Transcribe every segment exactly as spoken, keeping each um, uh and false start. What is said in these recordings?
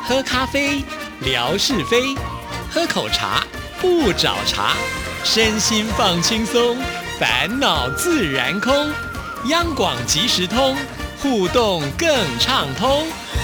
喝咖啡，聊是非；喝口茶，不找茬。身心放轻松，烦恼自然空。央广即时通，互动更畅通。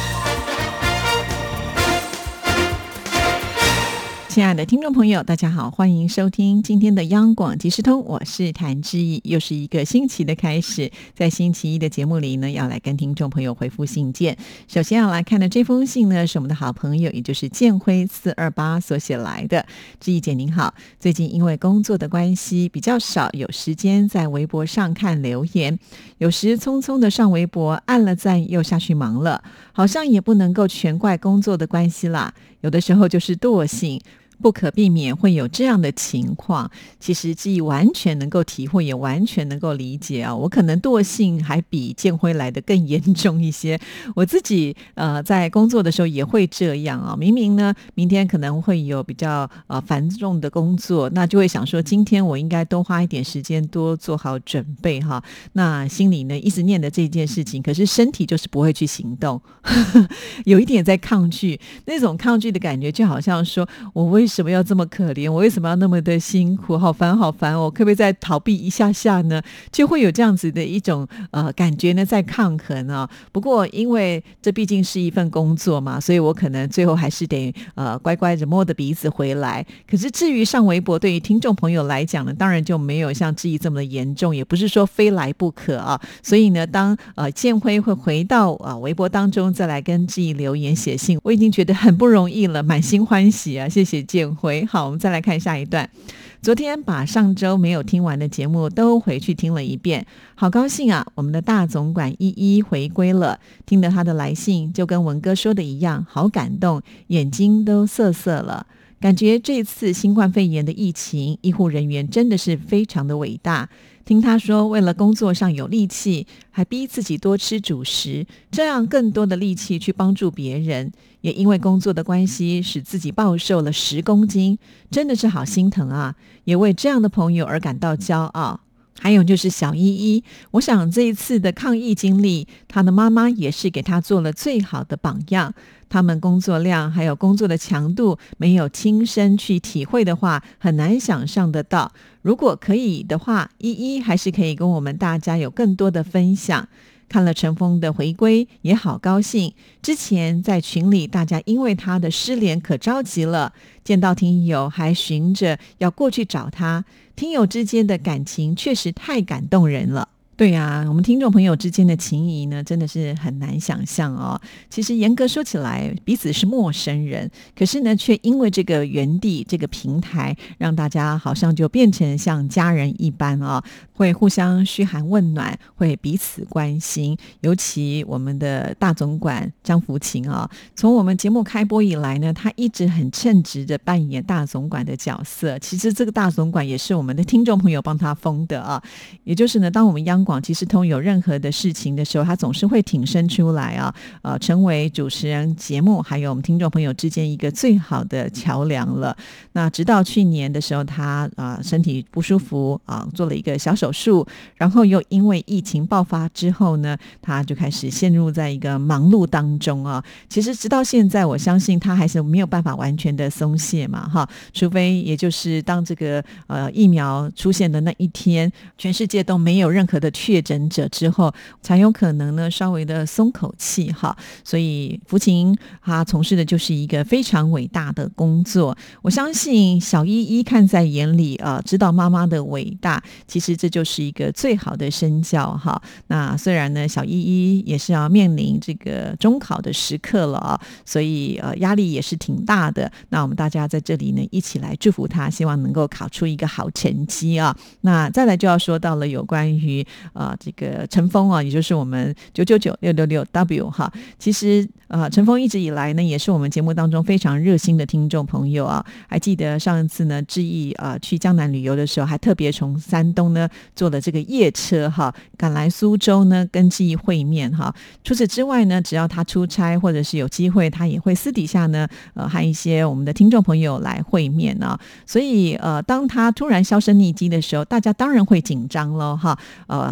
亲爱的听众朋友，大家好，欢迎收听今天的央广即时通，我是谭志毅。又是一个星期的开始，在星期一的节目里呢，要来跟听众朋友回复信件。首先要来看的这封信呢，是我们的好朋友，也就是建辉四二八所写来的。志毅姐您好，最近因为工作的关系，比较少有时间在微博上看留言，有时匆匆的上微博按了赞又下去忙了，好像也不能够全怪工作的关系啦，有的时候就是惰性，不可避免会有这样的情况。其实志毅完全能够体会，也完全能够理解啊。我可能惰性还比建辉来的更严重一些。我自己呃在工作的时候也会这样啊。明明呢明天可能会有比较呃繁重的工作，那就会想说今天我应该多花一点时间，多做好准备哈。那心里呢一直念的这件事情，可是身体就是不会去行动，有一点在抗拒。那种抗拒的感觉，就好像说我为为什么要这么可怜？我为什么要那么的辛苦？好烦好烦哦！可不可以再逃避一下下呢？就会有这样子的一种呃感觉呢，在抗衡啊。不过因为这毕竟是一份工作嘛，所以我可能最后还是得呃乖乖的摸着鼻子回来。可是至于上微博，对于听众朋友来讲呢，当然就没有像志毅这么的严重，也不是说非来不可啊。所以呢，当呃建辉会回到呃微博当中再来跟志毅留言写信，我已经觉得很不容易了，满心欢喜啊！谢谢建辉。好，我们再来看下一段。昨天把上周没有听完的节目都回去听了一遍，好高兴啊！我们的大总管一一回归了，听了他的来信，就跟文哥说的一样，好感动，眼睛都涩涩了。感觉这次新冠肺炎的疫情，医护人员真的是非常的伟大。听他说为了工作上有力气，还逼自己多吃主食，这样更多的力气去帮助别人，也因为工作的关系使自己暴瘦了十公斤，真的是好心疼啊，也为这样的朋友而感到骄傲。还有就是小依依，我想这一次的抗疫经历，他的妈妈也是给他做了最好的榜样。他们工作量还有工作的强度，没有亲身去体会的话，很难想象得到。如果可以的话，依依还是可以跟我们大家有更多的分享。看了陈峰的回归也好高兴，之前在群里大家因为他的失联可着急了，见到听友还寻着要过去找他，听友之间的感情确实太感动人了。对啊，我们听众朋友之间的情谊呢，真的是很难想象哦。其实严格说起来，彼此是陌生人，可是呢，却因为这个园地这个平台，让大家好像就变成像家人一般哦，会互相嘘寒问暖，会彼此关心。尤其我们的大总管张福琴啊、哦，从我们节目开播以来呢，他一直很称职的扮演大总管的角色。其实这个大总管也是我们的听众朋友帮他封的啊，也就是呢，当我们央广即时通有任何的事情的时候，他总是会挺身出来啊，呃，成为主持人节目还有我们听众朋友之间一个最好的桥梁了。那直到去年的时候，他啊、呃、身体不舒服啊、呃，做了一个小手术，然后又因为疫情爆发之后呢，他就开始陷入在一个忙碌当中啊。其实直到现在，我相信他还是没有办法完全的松懈嘛，哈，除非也就是当这个呃疫苗出现的那一天，全世界都没有任何的确诊者之后，才有可能呢稍微的松口气哈。所以福琴他从事的就是一个非常伟大的工作。我相信小依依看在眼里啊、呃，知道妈妈的伟大，其实这就是一个最好的身教哈。那虽然呢，小依依也是要面临这个中考的时刻了啊，所以呃压力也是挺大的。那我们大家在这里呢一起来祝福他，希望能够考出一个好成绩啊。那再来就要说到了有关于呃，这个陈峰啊，也就是我们九九九六六六 W 哈，其实呃，陈峰一直以来呢，也是我们节目当中非常热心的听众朋友啊。还记得上一次呢，志毅呃去江南旅游的时候，还特别从山东呢坐了这个夜车哈，赶来苏州呢跟志毅会面哈。除此之外呢，只要他出差或者是有机会，他也会私底下呢呃和一些我们的听众朋友来会面啊。所以呃，当他突然销声匿迹的时候，大家当然会紧张咯哈。呃，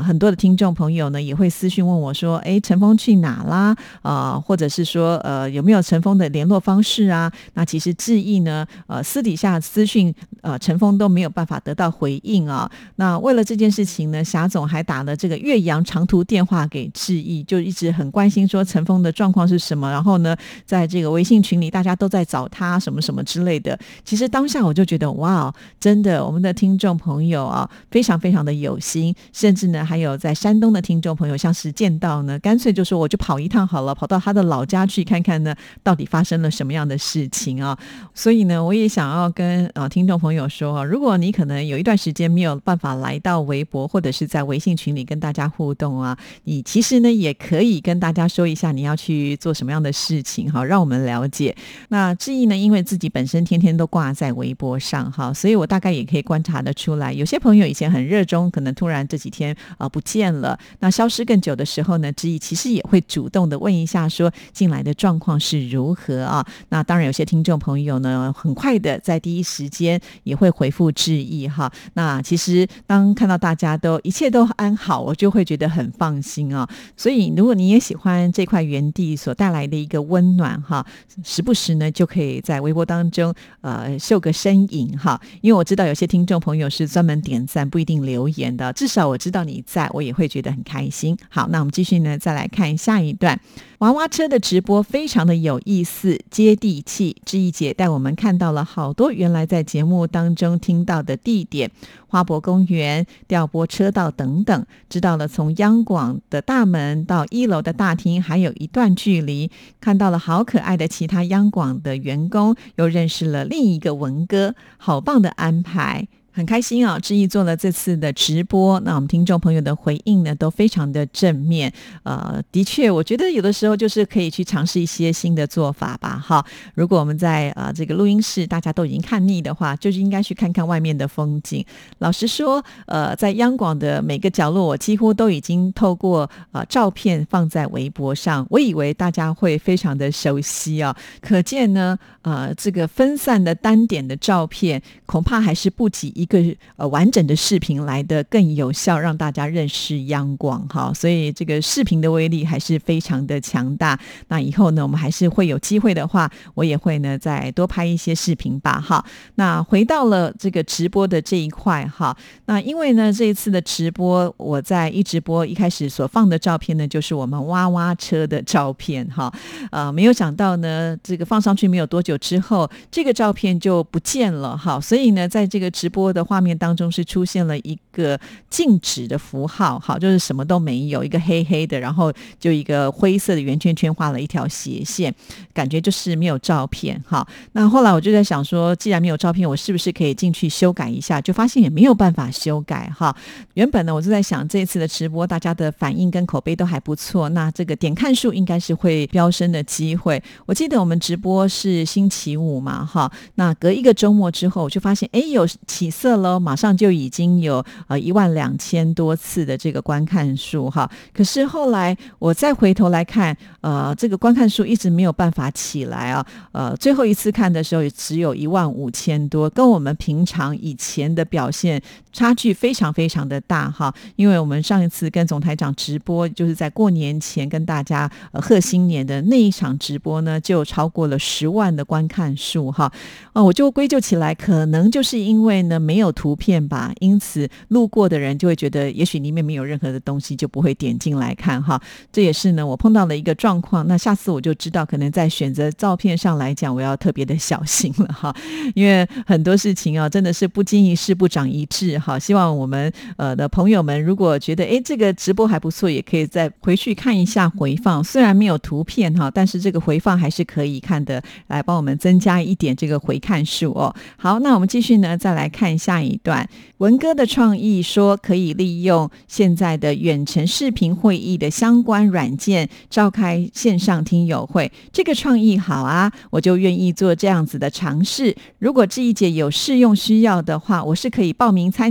很多的听众朋友呢也会私讯问我说，哎，陈峰去哪啦？呃，或者是说呃有没有陈峰的联络方式啊？那其实志毅呢呃私底下私讯呃陈峰都没有办法得到回应啊。那为了这件事情呢，霞总还打了这个岳阳长途电话给志毅，就一直很关心说陈峰的状况是什么，然后呢在这个微信群里大家都在找他什么什么之类的。其实当下我就觉得哇，真的我们的听众朋友啊非常非常的有心，甚至呢还有在山东的听众朋友像是见到呢干脆就说我就跑一趟好了，跑到他的老家去看看呢到底发生了什么样的事情啊。所以呢我也想要跟呃听众朋友说啊，如果你可能有一段时间没有办法来到微博或者是在微信群里跟大家互动啊，你其实呢也可以跟大家说一下你要去做什么样的事情哈，让我们了解。那志毅呢因为自己本身天天都挂在微博上哈，所以我大概也可以观察得出来，有些朋友以前很热衷，可能突然这几天呃不见了，那消失更久的时候呢，志毅其实也会主动的问一下说进来的状况是如何啊。那当然有些听众朋友呢很快的在第一时间也会回复志毅哈。那其实当看到大家都一切都安好，我就会觉得很放心啊。所以如果你也喜欢这块园地所带来的一个温暖哈，时不时呢就可以在微博当中呃秀个身影哈。因为我知道有些听众朋友是专门点赞不一定留言的，至少我知道你在，我也会觉得很开心。好，那我们继续呢再来看下一段。娃娃车的直播非常的有意思接地气，志毅姐带我们看到了好多原来在节目当中听到的地点，花博公园、调拨车道等等，知道了从央广的大门到一楼的大厅还有一段距离，看到了好可爱的其他央广的员工，又认识了另一个文哥，好棒的安排。很开心啊，志毅做了这次的直播，那我们听众朋友的回应呢都非常的正面。呃，的确我觉得有的时候就是可以去尝试一些新的做法吧哈。如果我们在呃这个录音室大家都已经看腻的话，就是应该去看看外面的风景。老实说呃在央广的每个角落我几乎都已经透过呃照片放在微博上，我以为大家会非常的熟悉啊，可见呢呃这个分散的单点的照片恐怕还是不及一个呃完整的视频来的更有效，让大家认识央广哈。所以这个视频的威力还是非常的强大。那以后呢，我们还是会有机会的话，我也会呢再多拍一些视频吧哈。那回到了这个直播的这一块哈，那因为呢这一次的直播，我在一直播一开始所放的照片呢，就是我们娃娃车的照片哈。呃，没有想到呢，这个放上去没有多久之后，这个照片就不见了哈。所以呢，在这个直播的画面当中是出现了一个静止的符号，好，就是什么都没有，一个黑黑的，然后就一个灰色的圆圈圈画了一条斜线，感觉就是没有照片哈。那后来我就在想说，既然没有照片，我是不是可以进去修改一下？就发现也没有办法修改哈。原本呢，我就在想这一次的直播，大家的反应跟口碑都还不错，那这个点看数应该是会飙升的机会。我记得我们直播是星期五嘛哈，那隔一个周末之后，我就发现哎有起色了，马上就已经有呃一万两千多次的这个观看数哈。可是后来我再回头来看，呃，这个观看数一直没有办法起来啊。呃，最后一次看的时候也只有一万五千多，跟我们平常以前的表现差距非常非常的大哈。因为我们上一次跟总台长直播，就是在过年前跟大家呃贺新年的那一场直播呢，就超过了十万的观看数哈。呃，我就归咎起来，可能就是因为呢没有图片吧，因此路过的人就会觉得也许里面没有任何的东西，就不会点进来看哈。这也是呢我碰到了一个状况，那下次我就知道可能在选择照片上来讲我要特别的小心了哈。因为很多事情啊真的是不经一事不长一智哈。希望我们呃的朋友们如果觉得诶这个直播还不错，也可以再回去看一下回放，虽然没有图片哈，但是这个回放还是可以看的，来帮我们增加一点这个回看数哦。好，那我们继续呢再来看下一段。文哥的创意说可以利用现在的远程视频会议的相关软件召开线上听友会，这个创意好啊，我就愿意做这样子的尝试。如果志毅姐有试用需要的话，我是可以报名参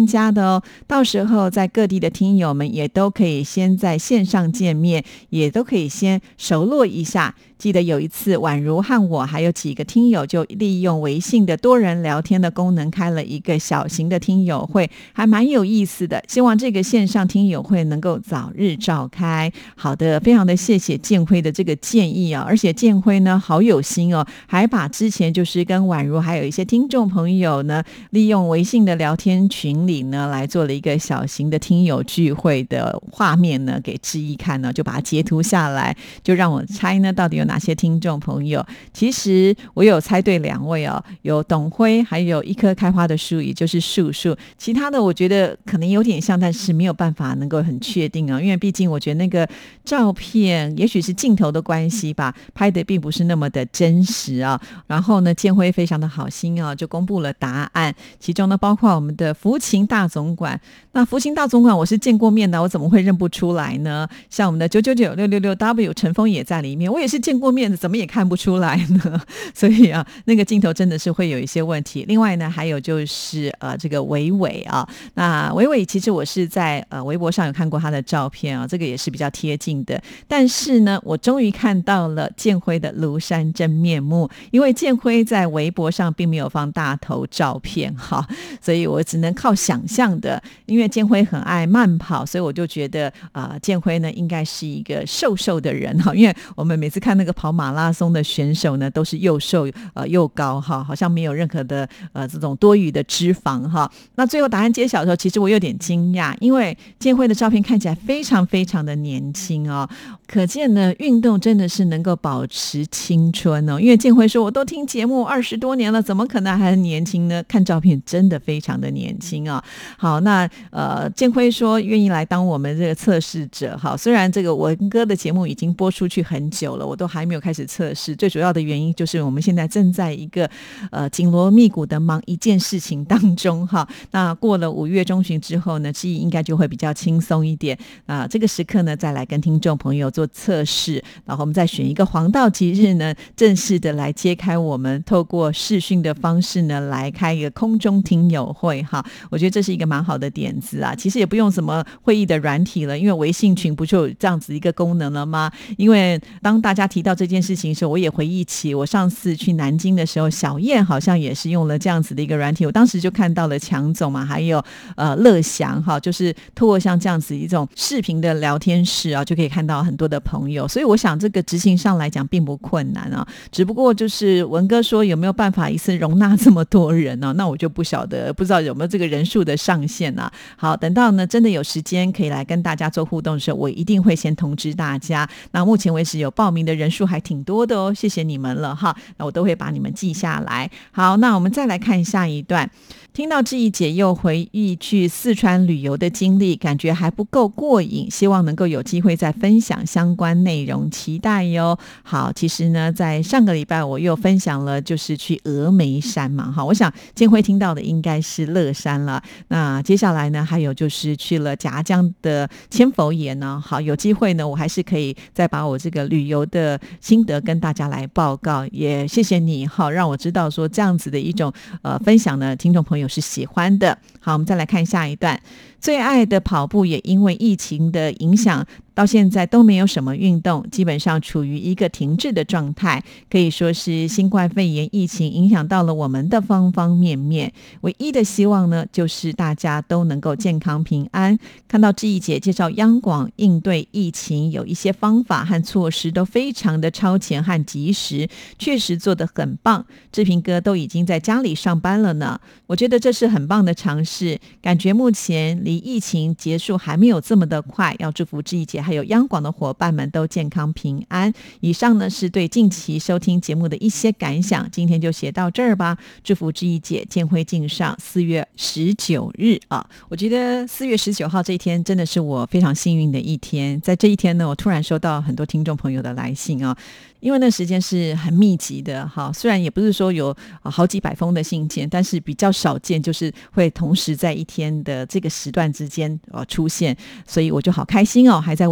参加的哦。到时候在各地的听友们也都可以先在线上见面，也都可以先熟络一下。记得有一次宛如和我还有几个听友就利用微信的多人聊天的功能开了一个小型的听友会，还蛮有意思的，希望这个线上听友会能够早日召开。好的，非常的谢谢建辉的这个建议啊，而且建辉呢好有心哦，还把之前就是跟宛如还有一些听众朋友呢利用微信的聊天群里呢来做了一个小型的听友聚会的画面呢给志毅看呢，就把它截图下来，就让我猜呢到底有哪些听众朋友。其实我有猜对两位哦，有董辉还有一棵开花的树，也就是树树，其他的我觉得可能有点像，但是没有办法能够很确定啊，因为毕竟我觉得那个照片也许是镜头的关系吧，拍的并不是那么的真实啊。然后呢建辉非常的好心啊，就公布了答案，其中呢包括我们的福勤大总管。那福勤大总管我是见过面的，我怎么会认不出来呢？像我们的九九九六六六 W 陈峰也在里面，我也是见过面的，怎么也看不出来呢？所以啊那个镜头真的是会有一些问题。另外呢还有就是呃这个伟伟啊，那伟伟其实我是在呃微博上有看过他的照片啊，这个也是比较贴近的。但是呢我终于看到了建辉的庐山真面目，因为建辉在微博上并没有放大头照片哈，所以我只能靠想象的。因为建辉很爱慢跑，所以我就觉得呃建辉呢应该是一个瘦瘦的人哈，因为我们每次看那个跑马拉松的选手呢都是又瘦呃又高哈，好像没有任何的呃这种多余的脂肪哈。那最后答案揭晓的时候，其实我有点惊讶，因为建辉的照片看起来非常非常的年轻哦，可见呢运动真的是能够保持青春哦。因为建辉说我都听节目二十多年了，怎么可能还很年轻呢？看照片真的非常的年轻啊、哦。好，那呃建辉说愿意来当我们这个测试者。好，虽然这个文哥的节目已经播出去很久了，我都还没有开始测试，最主要的原因就是我们现在正在一个呃紧锣密鼓的忙一件事情当中哈。那过了五月中旬之后呢，志毅应该就会比较轻松一点啊、呃。这个时刻呢，再来跟听众朋友做测试，然后我们再选一个黄道吉日呢，正式的来揭开我们透过视讯的方式呢，来开一个空中听友会哈。我觉得这是一个蛮好的点子啊。其实也不用什么会议的软体了，因为微信群不就有这样子一个功能了吗？因为当大家提到这件事情的时候，我也回忆起我上次去南京的时候，小燕好像也是用了这样子的一个软体，我当时就看到了强总嘛，还有呃乐祥哈，就是透过像这样子一种视频的聊天室啊，就可以看到很多的朋友，所以我想这个执行上来讲并不困难啊，只不过就是文哥说有没有办法一次容纳这么多人呢、啊？那我就不晓得，不知道有没有这个人数的上限啊。好，等到呢真的有时间可以来跟大家做互动的时候，我一定会先通知大家。那目前为止有报名的人数还挺多的哦，谢谢你们了哈，那我都会把你们记下来。好，那我们再来看下一段。听到志毅姐又回忆去四川旅游的经历，感觉还不够过瘾，希望能够有机会再分享相关内容，期待哟。好，其实呢在上个礼拜我又分享了就是去峨眉山嘛，好，我想建辉听到的应该是乐山了。那接下来呢还有就是去了夹江的千佛岩呢，好，有机会呢我还是可以再把我这个旅游的心得跟大家来报告，也谢谢你好让我知道说这样子的一种呃分享呢听众朋友是喜欢的。好，我们再来看下一段。最爱的跑步也因为疫情的影响到现在都没有什么运动，基本上处于一个停滞的状态，可以说是新冠肺炎疫情影响到了我们的方方面面。唯一的希望呢就是大家都能够健康平安。看到志毅姐介绍央广应对疫情有一些方法和措施都非常的超前和及时，确实做得很棒。志平哥都已经在家里上班了呢，我觉得这是很棒的尝试，感觉目前离疫情结束还没有这么的快，要祝福志毅姐还有央广的伙伴们都健康平安。以上呢是对近期收听节目的一些感想，今天就写到这儿吧。祝福志毅姐健辉敬上四月十九日啊，我觉得四月十九号这一天真的是我非常幸运的一天。在这一天呢，我突然收到很多听众朋友的来信啊，因为那时间是很密集的哈，虽然也不是说有好几百封的信件，但是比较少见就是会同时在一天的这个时段之间呃出现，所以我就好开心哦，还在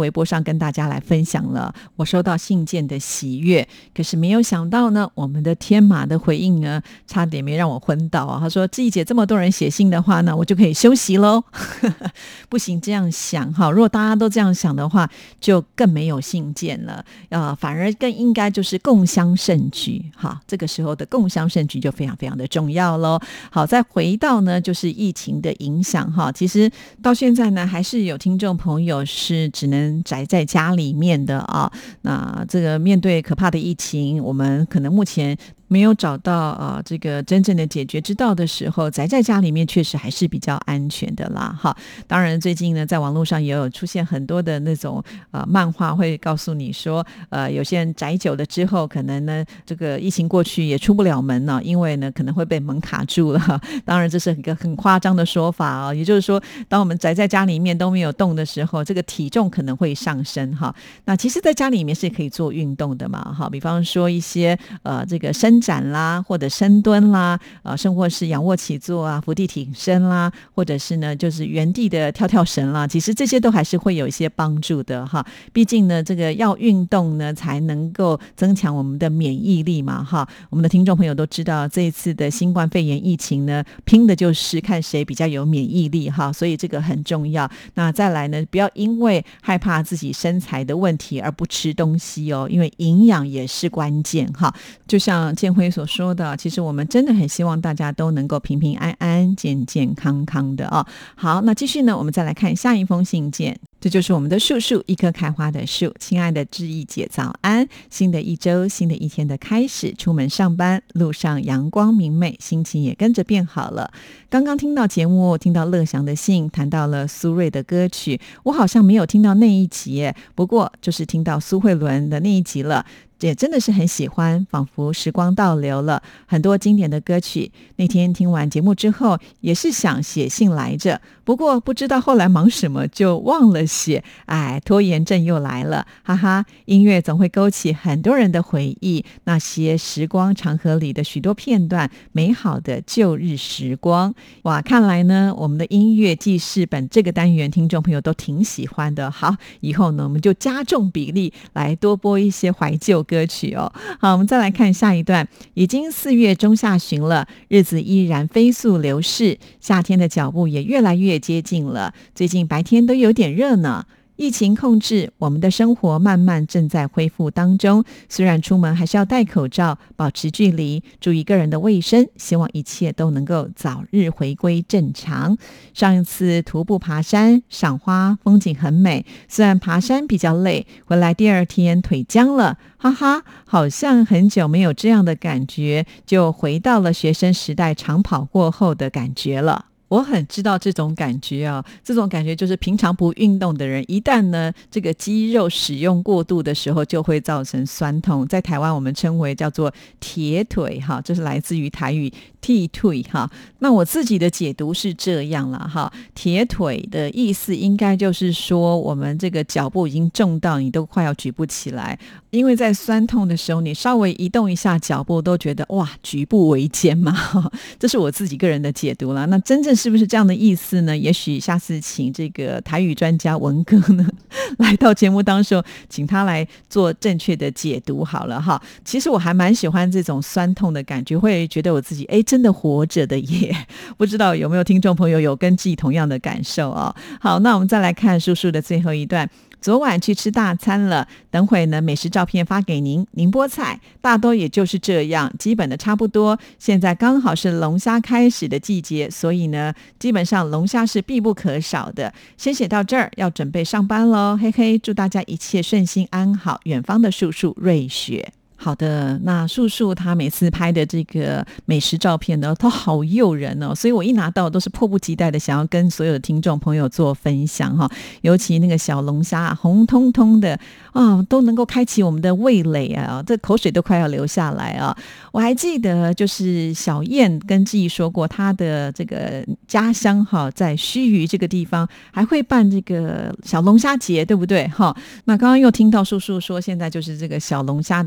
微博上跟大家来分享了我收到信件的喜悦，可是没有想到呢，我们的天马的回应呢，差点没让我昏倒啊！他说：“志毅姐，这么多人写信的话呢，我就可以休息喽。”不行，这样想哈，如果大家都这样想的话，就更没有信件了。呃，反而更应该就是共襄盛举哈。这个时候的共襄盛举就非常非常的重要喽。好，再回到呢，就是疫情的影响哈。其实到现在呢，还是有听众朋友是只能宅在家里面的啊。那这个面对可怕的疫情，我们可能目前没有找到呃这个真正的解决之道的时候，宅在家里面确实还是比较安全的啦哈。当然最近呢，在网络上也有出现很多的那种呃漫画，会告诉你说，呃有些人宅久了之后，可能呢这个疫情过去也出不了门呢，因为呢可能会被门卡住了。当然这是一个很夸张的说法啊、哦，也就是说，当我们宅在家里面都没有动的时候，这个体重可能会上升哈。那其实在家里面是可以做运动的嘛哈，比方说一些呃这个伸展啦，或者深蹲啦，呃，甚或是仰卧起坐啊、伏地挺身啦，或者是呢就是原地的跳跳绳啦，其实这些都还是会有一些帮助的哈。毕竟呢，这个要运动呢，才能够增强我们的免疫力嘛哈。我们的听众朋友都知道，这一次的新冠肺炎疫情呢，拼的就是看谁比较有免疫力哈，所以这个很重要。那再来呢，不要因为害怕自己身材的问题而不吃东西哦，因为营养也是关键哈。就像建辉所说的，其实我们真的很希望大家都能够平平安安、健健康康的哦。好，那继续呢，我们再来看下一封信件。这就是我们的树树，一棵开花的树。亲爱的志毅姐，早安！新的一周，新的一天的开始，出门上班，路上阳光明媚，心情也跟着变好了。刚刚听到节目，听到乐祥的信，谈到了苏芮的歌曲，我好像没有听到那一集耶，不过就是听到苏慧伦的那一集了。也真的是很喜欢，仿佛时光倒流了很多经典的歌曲。那天听完节目之后，也是想写信来着，不过不知道后来忙什么就忘了写，哎，拖延症又来了，哈哈。音乐总会勾起很多人的回忆，那些时光长河里的许多片段，美好的旧日时光。哇，看来呢，我们的音乐记事本这个单元，听众朋友都挺喜欢的。好，以后呢，我们就加重比例来多播一些怀旧歌曲哦。好，我们再来看下一段。已经四月中下旬了，日子依然飞速流逝，夏天的脚步也越来越接近了。最近白天都有点热呢。疫情控制，我们的生活慢慢正在恢复当中。虽然出门还是要戴口罩，保持距离，注意个人的卫生，希望一切都能够早日回归正常。上一次徒步爬山赏花，风景很美，虽然爬山比较累，回来第二天腿僵了，哈哈，好像很久没有这样的感觉，就回到了学生时代长跑过后的感觉了。我很知道这种感觉啊，这种感觉就是平常不运动的人，一旦呢这个肌肉使用过度的时候，就会造成酸痛。在台湾我们称为叫做铁腿哈，这是来自于台语剃腿哈。那我自己的解读是这样了哈，铁腿的意思应该就是说，我们这个脚步已经重到你都快要举不起来，因为在酸痛的时候，你稍微移动一下脚步都觉得哇举步维艰嘛，这是我自己个人的解读啦。那真正是不是这样的意思呢？也许下次请这个台语专家文哥呢来到节目当中，请他来做正确的解读好了哈。其实我还蛮喜欢这种酸痛的感觉，会觉得我自己哎真的活着的耶。不知道有没有听众朋友有跟自己同样的感受哦。好，那我们再来看叔叔的最后一段。昨晚去吃大餐了，等会呢美食照片发给您。宁波菜大多也就是这样，基本的差不多。现在刚好是龙虾开始的季节，所以呢基本上龙虾是必不可少的。先写到这儿，要准备上班咯，嘿嘿，祝大家一切顺心安好。远方的叔叔瑞雪。好的，那树树他每次拍的这个美食照片呢，都好诱人哦，所以我一拿到都是迫不及待的想要跟所有的听众朋友做分享哈。尤其那个小龙虾红彤彤的啊、哦，都能够开启我们的味蕾啊，这口水都快要流下来啊。我还记得就是小燕跟志毅说过，他的这个家乡哈，在须臾这个地方还会办这个小龙虾节，对不对哈？那刚刚又听到树树说，现在就是这个小龙虾的季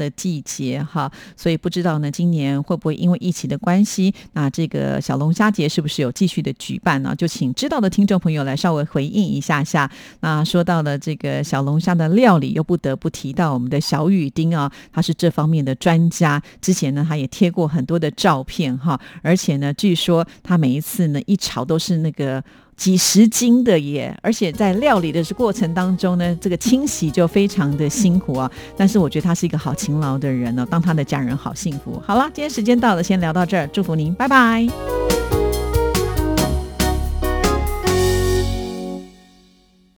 节哈，所以不知道呢今年会不会因为疫情的关系，那这个小龙虾节是不是有继续的举办呢？就请知道的听众朋友来稍微回应一下下。那说到了这个小龙虾的料理，又不得不提到我们的小雨丁啊，他是这方面的专家。之前呢他也贴过很多的照片哈，而且呢据说他每一次呢一炒都是那个几十斤的耶，而且在料理的过程当中呢，这个清洗就非常的辛苦啊。但是我觉得他是一个好勤劳的人哦，当他的家人好幸福。好了，今天时间到了，先聊到这儿，祝福您，拜拜。